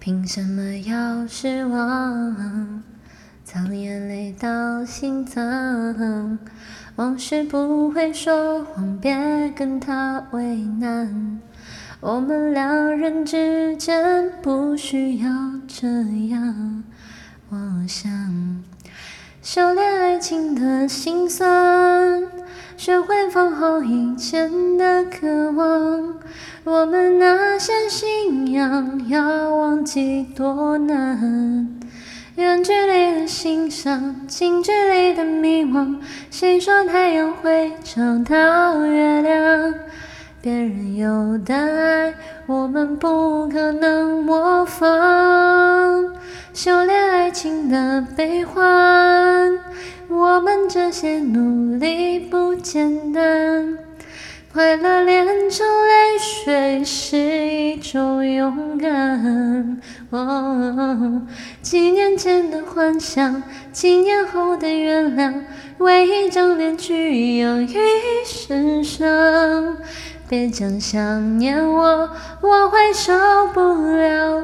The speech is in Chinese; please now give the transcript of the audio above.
凭什么要失望？藏眼泪到心脏，往事不会说谎，别跟他为难。我们两人之间不需要这样，我想修炼爱情的辛酸，学会放好以前的渴望。我们那些信仰要忘记多难，远距离的欣赏，近距离的迷惘。谁说太阳会找到月亮？别人有的爱，我们不可能模仿。修炼爱情的悲欢，我们这些努力不简单。快乐炼成泪水是一种勇敢。几年前的幻想，几年后的原谅，为一张脸去养一身伤。别讲想念我，我会受不了